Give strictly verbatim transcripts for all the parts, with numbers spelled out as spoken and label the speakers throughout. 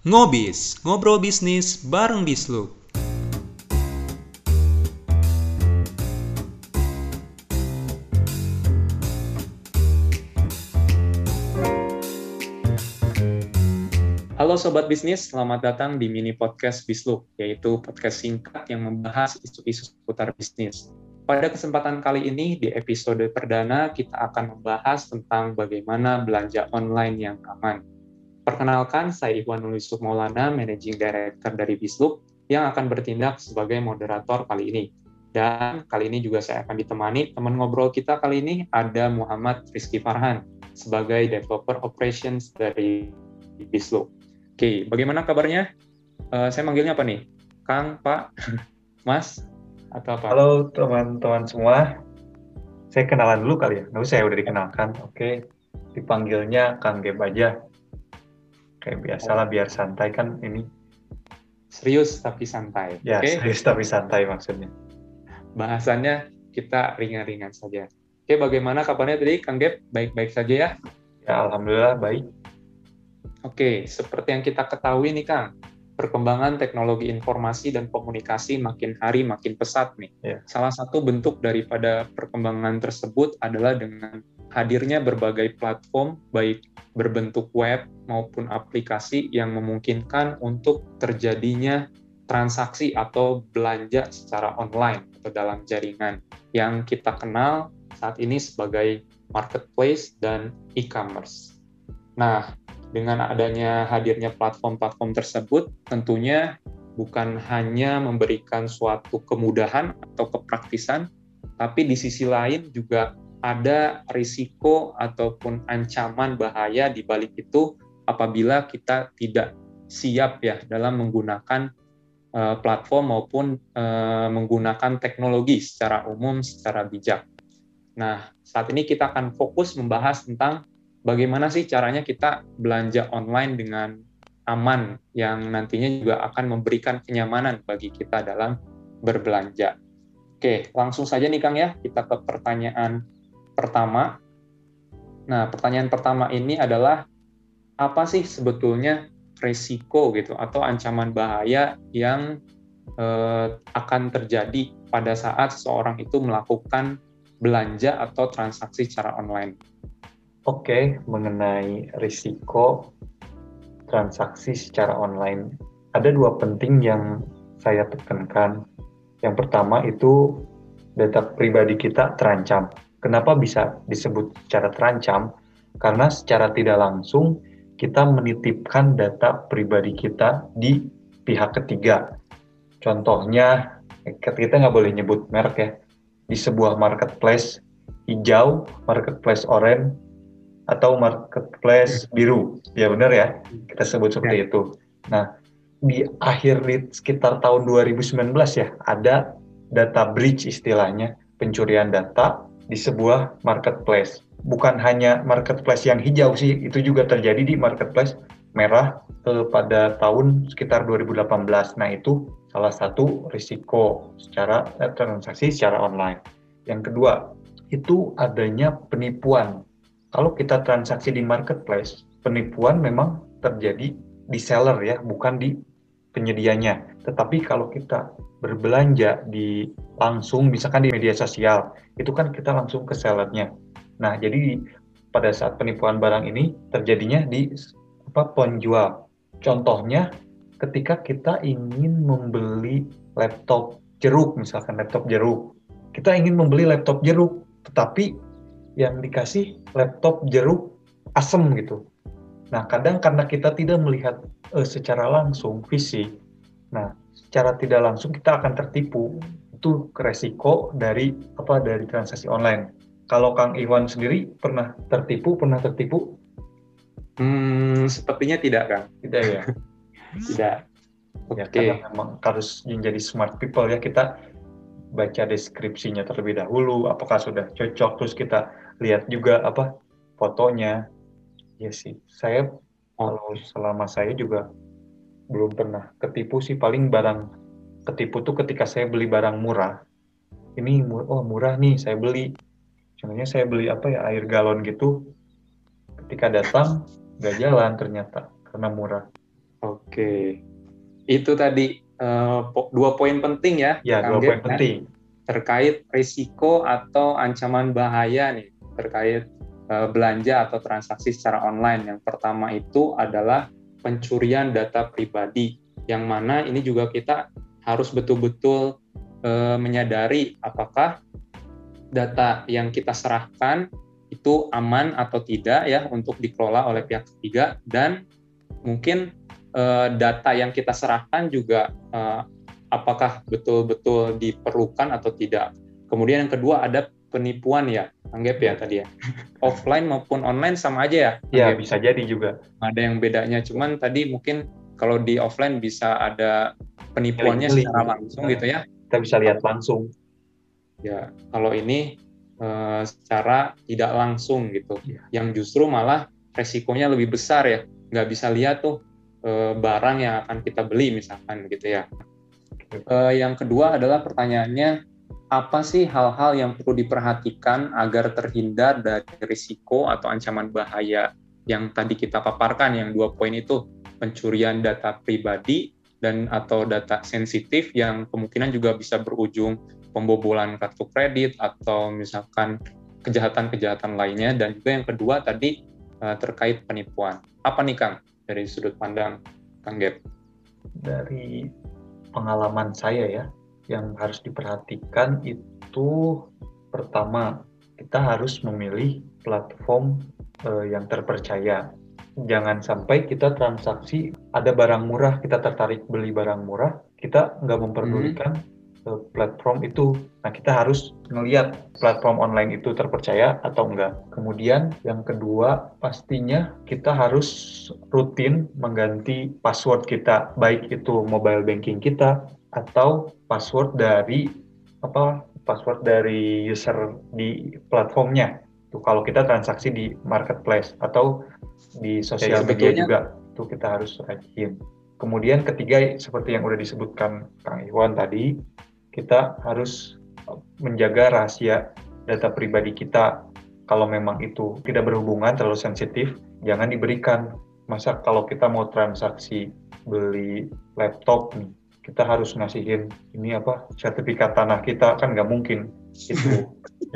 Speaker 1: Ngobis, ngobrol bisnis bareng Bisluk. Halo Sobat Bisnis, selamat datang di mini podcast Bisluk, yaitu podcast singkat yang membahas isu-isu seputar bisnis. Pada kesempatan kali ini, di episode perdana, kita akan membahas tentang bagaimana belanja online yang aman. Perkenalkan, saya Ikhwan Nul Yusuf Maulana, Managing Director dari Bisluk, yang akan bertindak sebagai moderator kali ini. Dan kali ini juga saya akan ditemani teman ngobrol kita kali ini, ada Muhammad Rizky Farhan, sebagai Developer Operations dari Bisluk. Oke, bagaimana kabarnya? Uh, saya manggilnya apa nih? Kang, Pak, Mas, atau apa?
Speaker 2: Halo teman-teman semua. Saya kenalan dulu kali ya. Nggak usah, saya udah dikenalkan. Oke, dipanggilnya Kang Geb aja. Kayak biasalah, biar santai kan ini.
Speaker 1: Serius tapi santai.
Speaker 2: Ya,
Speaker 1: Oke?
Speaker 2: serius tapi santai maksudnya.
Speaker 1: Bahasannya kita ringan-ringan saja. Oke, bagaimana kabarnya tadi, Kang Geb? Baik-baik saja ya?
Speaker 2: Ya, alhamdulillah baik.
Speaker 1: Oke, seperti yang kita ketahui nih Kang, perkembangan teknologi informasi dan komunikasi makin hari makin pesat nih.
Speaker 2: Ya.
Speaker 1: Salah satu bentuk daripada perkembangan tersebut adalah dengan hadirnya berbagai platform, baik berbentuk web maupun aplikasi yang memungkinkan untuk terjadinya transaksi atau belanja secara online atau dalam jaringan yang kita kenal saat ini sebagai marketplace dan e-commerce. Nah, dengan adanya hadirnya platform-platform tersebut, tentunya bukan hanya memberikan suatu kemudahan atau kepraktisan, tapi di sisi lain juga ada risiko ataupun ancaman bahaya di balik itu apabila kita tidak siap ya dalam menggunakan uh, platform maupun uh, menggunakan teknologi secara umum, secara bijak. Nah, saat ini kita akan fokus membahas tentang bagaimana sih caranya kita belanja online dengan aman yang nantinya juga akan memberikan kenyamanan bagi kita dalam berbelanja. Oke, langsung saja nih Kang ya, kita ke pertanyaan pertama. Nah, pertanyaan pertama ini adalah apa sih sebetulnya resiko gitu atau ancaman bahaya yang eh, akan terjadi pada saat seseorang itu melakukan belanja atau transaksi secara online?
Speaker 2: Oke, mengenai risiko transaksi secara online, ada dua penting yang saya tekankan. Yang pertama itu data pribadi kita terancam. Kenapa bisa disebut secara terancam? Karena secara tidak langsung kita menitipkan data pribadi kita di pihak ketiga. Contohnya, kita nggak boleh nyebut merek ya, di sebuah marketplace hijau, marketplace oranye, atau marketplace biru. Ya benar ya, kita sebut seperti ya. itu. Nah, di akhir di sekitar tahun dua ribu sembilan belas ya, ada data breach istilahnya, pencurian data di sebuah marketplace. Bukan hanya marketplace yang hijau sih, itu juga terjadi di marketplace merah eh, pada tahun sekitar dua ribu delapan belas. Nah, itu salah satu risiko secara eh, transaksi secara online. Yang kedua, itu adanya penipuan. Kalau kita transaksi di marketplace, penipuan memang terjadi di seller ya, bukan di penyedianya. Tetapi kalau kita berbelanja di langsung, misalkan di media sosial, itu kan kita langsung ke sellernya. Nah, jadi pada saat penipuan barang ini terjadinya di apa penjual. Contohnya, ketika kita ingin membeli laptop jeruk, misalkan laptop jeruk, kita ingin membeli laptop jeruk, tetapi yang dikasih laptop jeruk asem gitu. Nah, kadang karena kita tidak melihat eh, secara langsung fisik, nah secara tidak langsung kita akan tertipu. Itu resiko dari apa dari transaksi online. Kalau Kang Iwan sendiri pernah tertipu, pernah tertipu?
Speaker 1: Hmm, sepertinya tidak, Kang.
Speaker 2: Tidak ya.
Speaker 1: Tidak. Oke.
Speaker 2: Ya, karena memang harus menjadi smart people ya, kita baca deskripsinya terlebih dahulu, apakah sudah cocok, terus kita lihat juga apa fotonya. Ya sih, saya kalau selama saya juga belum pernah ketipu sih. Paling barang ketipu tuh ketika saya beli barang murah. Ini oh murah nih, saya beli. Contohnya saya beli apa ya, air galon gitu. Ketika datang nggak jalan ternyata karena murah.
Speaker 1: Oke. Oke, itu tadi uh, po- dua poin penting ya,
Speaker 2: Ya, dua
Speaker 1: Kang
Speaker 2: poin
Speaker 1: Gep, ya,
Speaker 2: penting.
Speaker 1: terkait risiko atau ancaman bahaya nih terkait uh, belanja atau transaksi secara online. Yang pertama itu adalah pencurian data pribadi, yang mana ini juga kita harus betul-betul uh, menyadari apakah data yang kita serahkan itu aman atau tidak ya untuk dikelola oleh pihak ketiga, dan mungkin uh, data yang kita serahkan juga uh, apakah betul-betul diperlukan atau tidak. Kemudian yang kedua ada penipuan ya, anggap ya tadi ya. Offline maupun online sama aja ya?
Speaker 2: Ya,
Speaker 1: Anggap.
Speaker 2: bisa jadi juga.
Speaker 1: Ada yang bedanya, cuman tadi mungkin kalau di offline bisa ada penipuannya
Speaker 2: Milih-milih.
Speaker 1: secara langsung
Speaker 2: Nah,
Speaker 1: gitu ya.
Speaker 2: Kita bisa lihat langsung.
Speaker 1: Ya, kalau ini eh, secara tidak langsung gitu.
Speaker 2: Ya.
Speaker 1: Yang justru malah resikonya lebih besar ya. Nggak bisa lihat tuh eh, barang yang akan kita beli misalkan gitu ya. Uh, yang kedua adalah pertanyaannya, apa sih hal-hal yang perlu diperhatikan agar terhindar dari risiko atau ancaman bahaya yang tadi kita paparkan, yang dua poin itu, pencurian data pribadi dan atau data sensitif yang kemungkinan juga bisa berujung pembobolan kartu kredit atau misalkan kejahatan-kejahatan lainnya, dan juga yang kedua tadi uh, terkait penipuan. Apa nih Kang dari sudut pandang Kang Gep?
Speaker 2: Dari pengalaman saya ya, yang harus diperhatikan itu pertama, kita harus memilih platform eh, yang terpercaya. Jangan sampai kita transaksi, ada barang murah, kita tertarik beli barang murah, kita nggak memperdulikan hmm. platform itu. Nah, kita harus melihat platform online itu terpercaya atau enggak. Kemudian yang kedua, pastinya kita harus rutin mengganti password kita, baik itu mobile banking kita atau password dari apa password dari user di platformnya. Tuh, kalau kita transaksi di marketplace atau di sosial
Speaker 1: ya,
Speaker 2: media juga, tuh kita harus rajin. Kemudian ketiga, seperti yang udah disebutkan Kang Iwan tadi, kita harus menjaga rahasia data pribadi kita. Kalau memang itu tidak berhubungan, terlalu sensitif, jangan diberikan. Masa kalau kita mau transaksi beli laptop nih, kita harus ngasihin ini apa sertifikat tanah kita, kan nggak mungkin itu.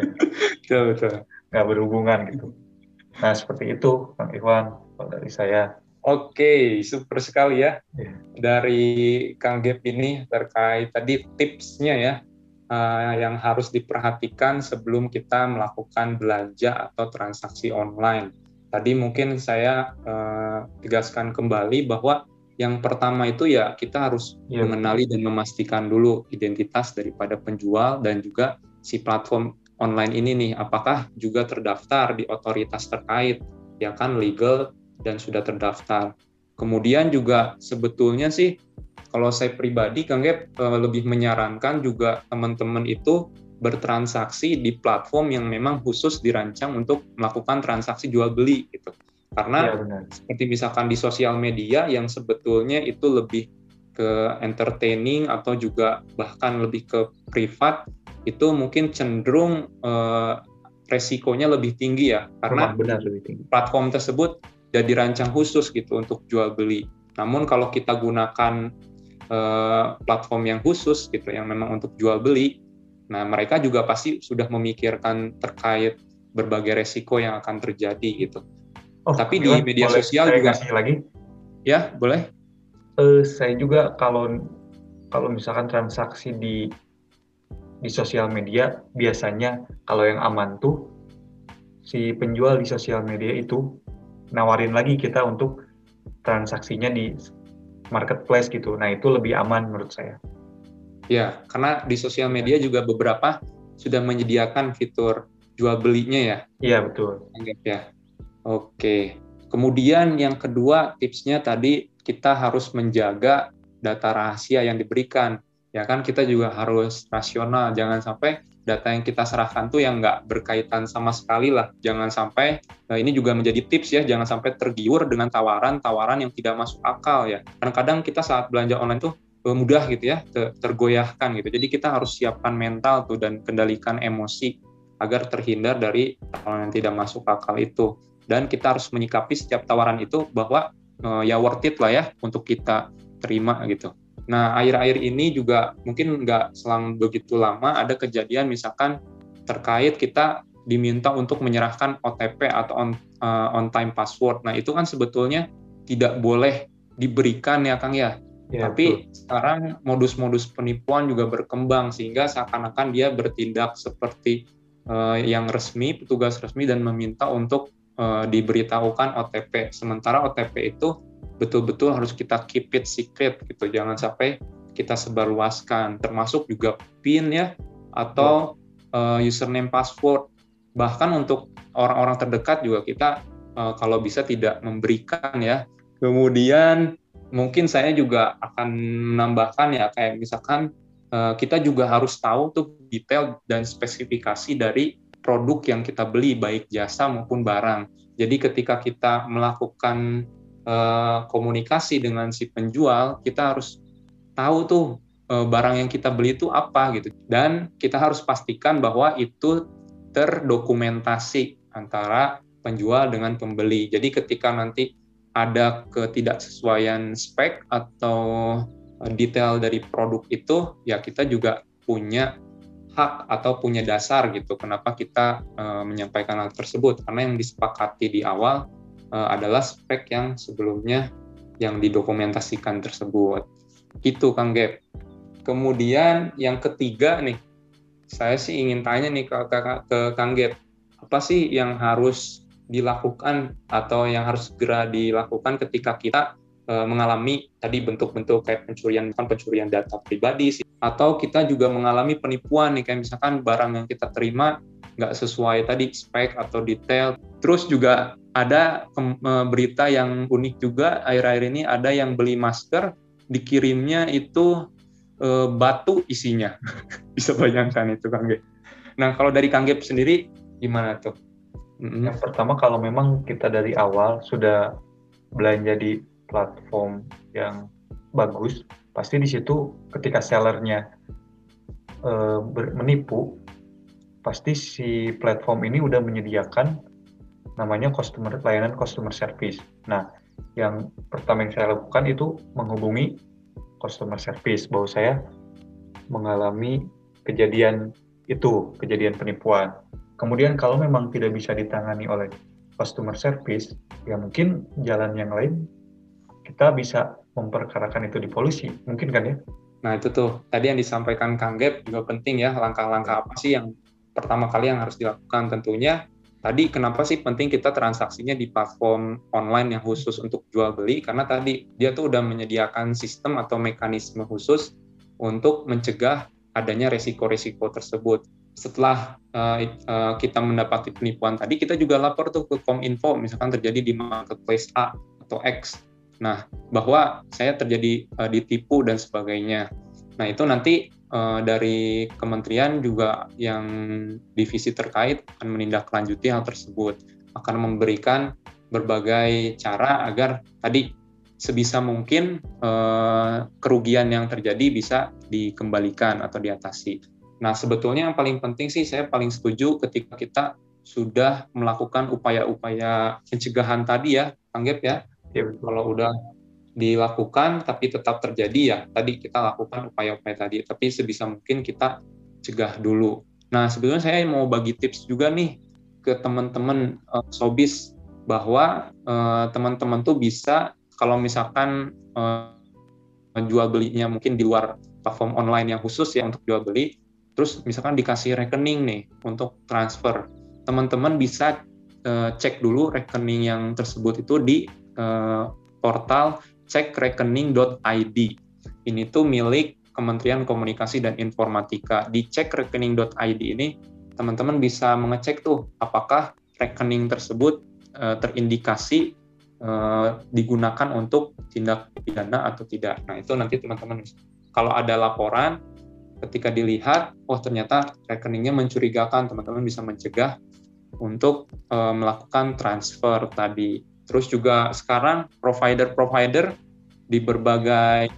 Speaker 1: Betul, betul.
Speaker 2: Nggak berhubungan gitu. Nah, seperti itu, Kang Iwan, dari saya.
Speaker 1: Oke, super sekali ya.
Speaker 2: Yeah.
Speaker 1: Dari Kang Gep ini terkait tadi tipsnya ya, uh, yang harus diperhatikan sebelum kita melakukan belanja atau transaksi online. Tadi mungkin saya uh, tegaskan kembali bahwa yang pertama itu ya kita harus yeah. mengenali dan memastikan dulu identitas daripada penjual dan juga si platform online ini nih, apakah juga terdaftar di otoritas terkait, ya kan, legal dan sudah terdaftar. Kemudian juga sebetulnya sih, kalau saya pribadi, Kang Gep, lebih menyarankan juga teman-teman itu bertransaksi di platform yang memang khusus dirancang untuk melakukan transaksi jual beli gitu. Karena ya, seperti misalkan di sosial media yang sebetulnya itu lebih ke entertaining atau juga bahkan lebih ke privat, itu mungkin cenderung eh, resikonya lebih tinggi ya, karena
Speaker 2: benar, lebih tinggi.
Speaker 1: Platform tersebut sudah dirancang khusus gitu untuk jual beli. Namun kalau kita gunakan eh, platform yang khusus gitu, yang memang untuk jual beli, nah mereka juga pasti sudah memikirkan terkait berbagai resiko yang akan terjadi gitu.
Speaker 2: Oh,
Speaker 1: tapi
Speaker 2: gimana?
Speaker 1: Di media
Speaker 2: boleh
Speaker 1: sosial
Speaker 2: saya
Speaker 1: juga.
Speaker 2: Kasih lagi?
Speaker 1: Ya, boleh.
Speaker 2: Uh, saya juga kalau kalau misalkan transaksi di di sosial media, biasanya kalau yang aman tuh si penjual di sosial media itu nawarin lagi kita untuk transaksinya di marketplace gitu. Nah, itu lebih aman menurut saya.
Speaker 1: Ya, karena di sosial media juga beberapa sudah menyediakan fitur jual belinya ya.
Speaker 2: Iya, betul.
Speaker 1: Anggap ya. Oke. Kemudian yang kedua tipsnya tadi, kita harus menjaga data rahasia yang diberikan. Ya kan, kita juga harus rasional, jangan sampai data yang kita serahkan tuh yang nggak berkaitan sama sekali lah. Jangan sampai, nah ini juga menjadi tips ya, jangan sampai tergiur dengan tawaran-tawaran yang tidak masuk akal ya. Kadang-kadang kita saat belanja online tuh mudah gitu ya, tergoyahkan gitu. Jadi kita harus siapkan mental tuh dan kendalikan emosi agar terhindar dari tawaran yang tidak masuk akal itu. Dan kita harus menyikapi setiap tawaran itu bahwa uh, ya worth it lah ya untuk kita terima gitu. Nah, akhir-akhir ini juga mungkin nggak selang begitu lama ada kejadian misalkan terkait kita diminta untuk menyerahkan O T P atau on, uh, on time password. Nah, itu kan sebetulnya tidak boleh diberikan ya Kang ya. Ya, tapi betul. Sekarang modus-modus penipuan juga berkembang sehingga seakan-akan dia bertindak seperti uh, yang resmi, petugas resmi dan meminta untuk uh, diberitahukan O T P. Sementara O T P itu betul-betul harus kita keep it secret gitu, jangan sampai kita sebarluaskan, termasuk juga PIN ya atau ya. uh, username password. Bahkan untuk orang-orang terdekat juga kita uh, kalau bisa tidak memberikan ya. Kemudian mungkin saya juga akan menambahkan ya kayak misalkan uh, kita juga harus tahu tuh detail dan spesifikasi dari produk yang kita beli baik jasa maupun barang. Jadi ketika kita melakukan uh, komunikasi dengan si penjual, kita harus tahu tuh uh, barang yang kita beli itu apa gitu. Dan kita harus pastikan bahwa itu terdokumentasi antara penjual dengan pembeli. Jadi ketika nanti ada ketidaksesuaian spek atau detail dari produk itu, ya kita juga punya hak atau punya dasar gitu kenapa kita uh, menyampaikan hal tersebut, karena yang disepakati di awal uh, adalah spek yang sebelumnya yang didokumentasikan tersebut. Gitu Kang Gep. Kemudian yang ketiga nih, saya sih ingin tanya nih ke, ke, ke Kang Gep, apa sih yang harus dilakukan atau yang harus segera dilakukan ketika kita e, mengalami tadi bentuk-bentuk kayak pencurian, bukan pencurian data pribadi sih, atau kita juga mengalami penipuan nih, kayak misalkan barang yang kita terima nggak sesuai tadi spek atau detail. Terus juga ada ke, e, berita yang unik juga akhir-akhir ini, ada yang beli masker dikirimnya itu e, batu isinya. Bisa bayangkan itu Kang Gep. Nah kalau dari Kang Gep sendiri gimana tuh?
Speaker 2: Yang pertama, kalau memang kita dari awal sudah belanja di platform yang bagus, pasti di situ ketika sellernya e, menipu, pasti si platform ini udah menyediakan namanya customer layanan customer service. Nah, yang pertama yang saya lakukan itu menghubungi customer service bahwa saya mengalami kejadian itu, kejadian penipuan. Kemudian kalau memang tidak bisa ditangani oleh customer service, ya mungkin jalan yang lain kita bisa memperkarakan itu di polisi, mungkin kan ya?
Speaker 1: Nah itu tuh, tadi yang disampaikan Kang Gep juga penting ya, langkah-langkah apa sih yang pertama kali yang harus dilakukan. Tentunya tadi kenapa sih penting kita transaksinya di platform online yang khusus untuk jual beli, karena tadi dia tuh udah menyediakan sistem atau mekanisme khusus untuk mencegah adanya resiko-resiko tersebut. Setelah uh, uh, kita mendapati penipuan tadi, kita juga lapor tuh ke Kominfo, misalkan terjadi di marketplace A atau X. Nah, bahwa saya terjadi uh, ditipu dan sebagainya. Nah, itu nanti uh, dari kementerian juga yang divisi terkait akan menindaklanjuti hal tersebut, akan memberikan berbagai cara agar tadi sebisa mungkin uh, kerugian yang terjadi bisa dikembalikan atau diatasi. Nah, sebetulnya yang paling penting sih, saya paling setuju ketika kita sudah melakukan upaya-upaya pencegahan tadi ya, Kang Gep ya. Ya kalau udah dilakukan tapi tetap terjadi ya, tadi kita lakukan upaya-upaya tadi, tapi sebisa mungkin kita cegah dulu. Nah, sebetulnya saya mau bagi tips juga nih ke teman-teman uh, Sobis, bahwa uh, teman-teman tuh bisa, kalau misalkan uh, jual belinya mungkin di luar platform online yang khusus ya untuk jual beli, terus misalkan dikasih rekening nih untuk transfer, teman-teman bisa uh, cek dulu rekening yang tersebut itu di uh, portal cek rekening dot i d. Ini tuh milik Kementerian Komunikasi dan Informatika. Di cek rekening dot i d ini teman-teman bisa mengecek tuh apakah rekening tersebut uh, terindikasi uh, digunakan untuk tindak pidana atau tidak. Nah itu nanti teman-teman kalau ada laporan, ketika dilihat, oh ternyata rekeningnya mencurigakan, teman-teman bisa mencegah untuk e, melakukan transfer tadi. Terus juga sekarang provider-provider di berbagai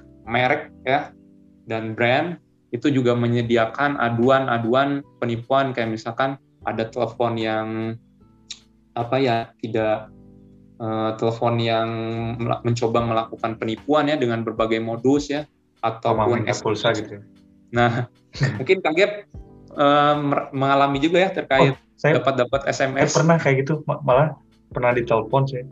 Speaker 1: merek ya dan brand itu juga menyediakan aduan-aduan penipuan, kayak misalkan ada telepon yang apa ya tidak uh, telepon yang mel- mencoba melakukan penipuan ya dengan berbagai modus ya, ataupun
Speaker 2: minta
Speaker 1: S M S.
Speaker 2: pulsa gitu.
Speaker 1: Nah, mungkin Kang Gep uh, mer- mengalami juga ya terkait
Speaker 2: Oh, saya,
Speaker 1: dapat-dapat S M S.
Speaker 2: saya pernah kayak gitu, malah pernah ditelepon saya.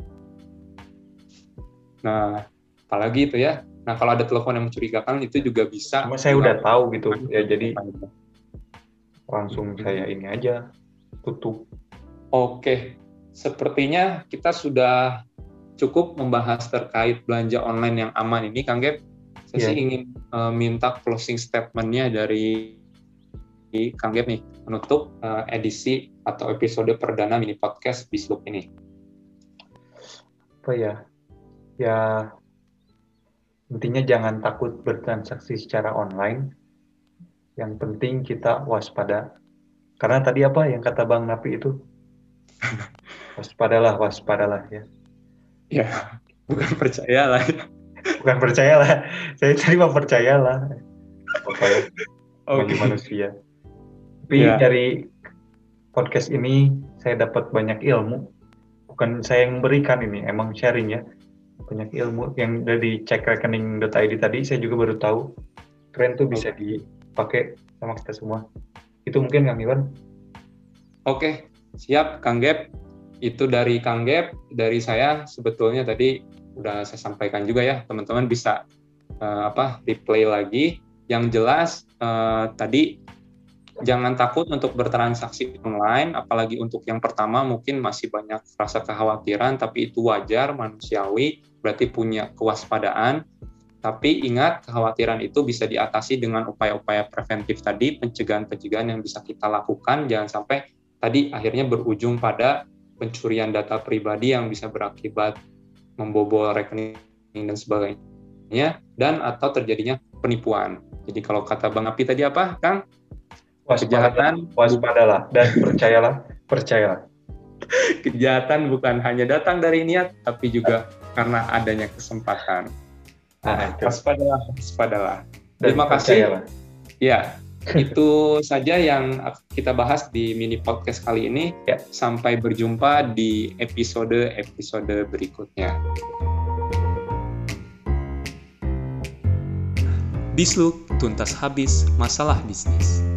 Speaker 1: Nah, apalagi itu ya. Nah, kalau ada telepon yang mencurigakan itu juga bisa.
Speaker 2: Cuma saya udah tahu gitu ya, jadi
Speaker 1: Itu.
Speaker 2: langsung saya ini aja tutup.
Speaker 1: Oke, sepertinya kita sudah cukup membahas terkait belanja online yang aman ini, Kang Gep. Saya
Speaker 2: Yeah.
Speaker 1: sih ingin uh, minta closing statement-nya dari Kang Gep nih, menutup uh, edisi atau episode perdana mini podcast Bislook ini.
Speaker 2: Apa ya? Ya, intinya jangan takut bertransaksi secara online. Yang penting kita waspada. Karena tadi apa yang kata Bang Napi itu? Waspadalah, waspadalah ya.
Speaker 1: Ya, bukan percayalah.
Speaker 2: Bukan percayalah. Saya tadi mau percayalah. Apa ya? Bagi
Speaker 1: Oke.
Speaker 2: manusia. Tapi
Speaker 1: Ya.
Speaker 2: dari podcast ini saya dapat banyak ilmu. Bukan saya yang memberikan ini, emang sharing ya. Banyak ilmu yang dari cek rekening dot i d tadi saya juga baru tahu. Keren tuh bisa
Speaker 1: Oke.
Speaker 2: dipakai sama kita semua. Itu mungkin Kang Iwan.
Speaker 1: Oke, siap Kang Gep. Itu dari Kang Gep, dari saya sebetulnya tadi udah saya sampaikan juga ya, teman-teman bisa uh, apa replay lagi. Yang jelas uh, tadi jangan takut untuk bertransaksi online, apalagi untuk yang pertama mungkin masih banyak rasa kekhawatiran, tapi itu wajar, manusiawi, berarti punya kewaspadaan. Tapi ingat, kekhawatiran itu bisa diatasi dengan upaya-upaya preventif tadi, pencegahan-pencegahan yang bisa kita lakukan, jangan sampai tadi akhirnya berujung pada pencurian data pribadi yang bisa berakibat membobol rekening dan sebagainya, dan atau terjadinya penipuan. Jadi kalau kata Bang Api tadi apa, Kang? Kejahatan,
Speaker 2: waspadalah dan percayalah, percayalah.
Speaker 1: Kejahatan bukan hanya datang dari niat, tapi juga karena adanya kesempatan.
Speaker 2: Nah,
Speaker 1: waspadalah, waspadalah. Terima kasih. Ya, itu saja yang kita bahas di mini podcast kali ini.
Speaker 2: Ya.
Speaker 1: Sampai berjumpa di episode-episode berikutnya. Bislook, tuntas habis masalah bisnis.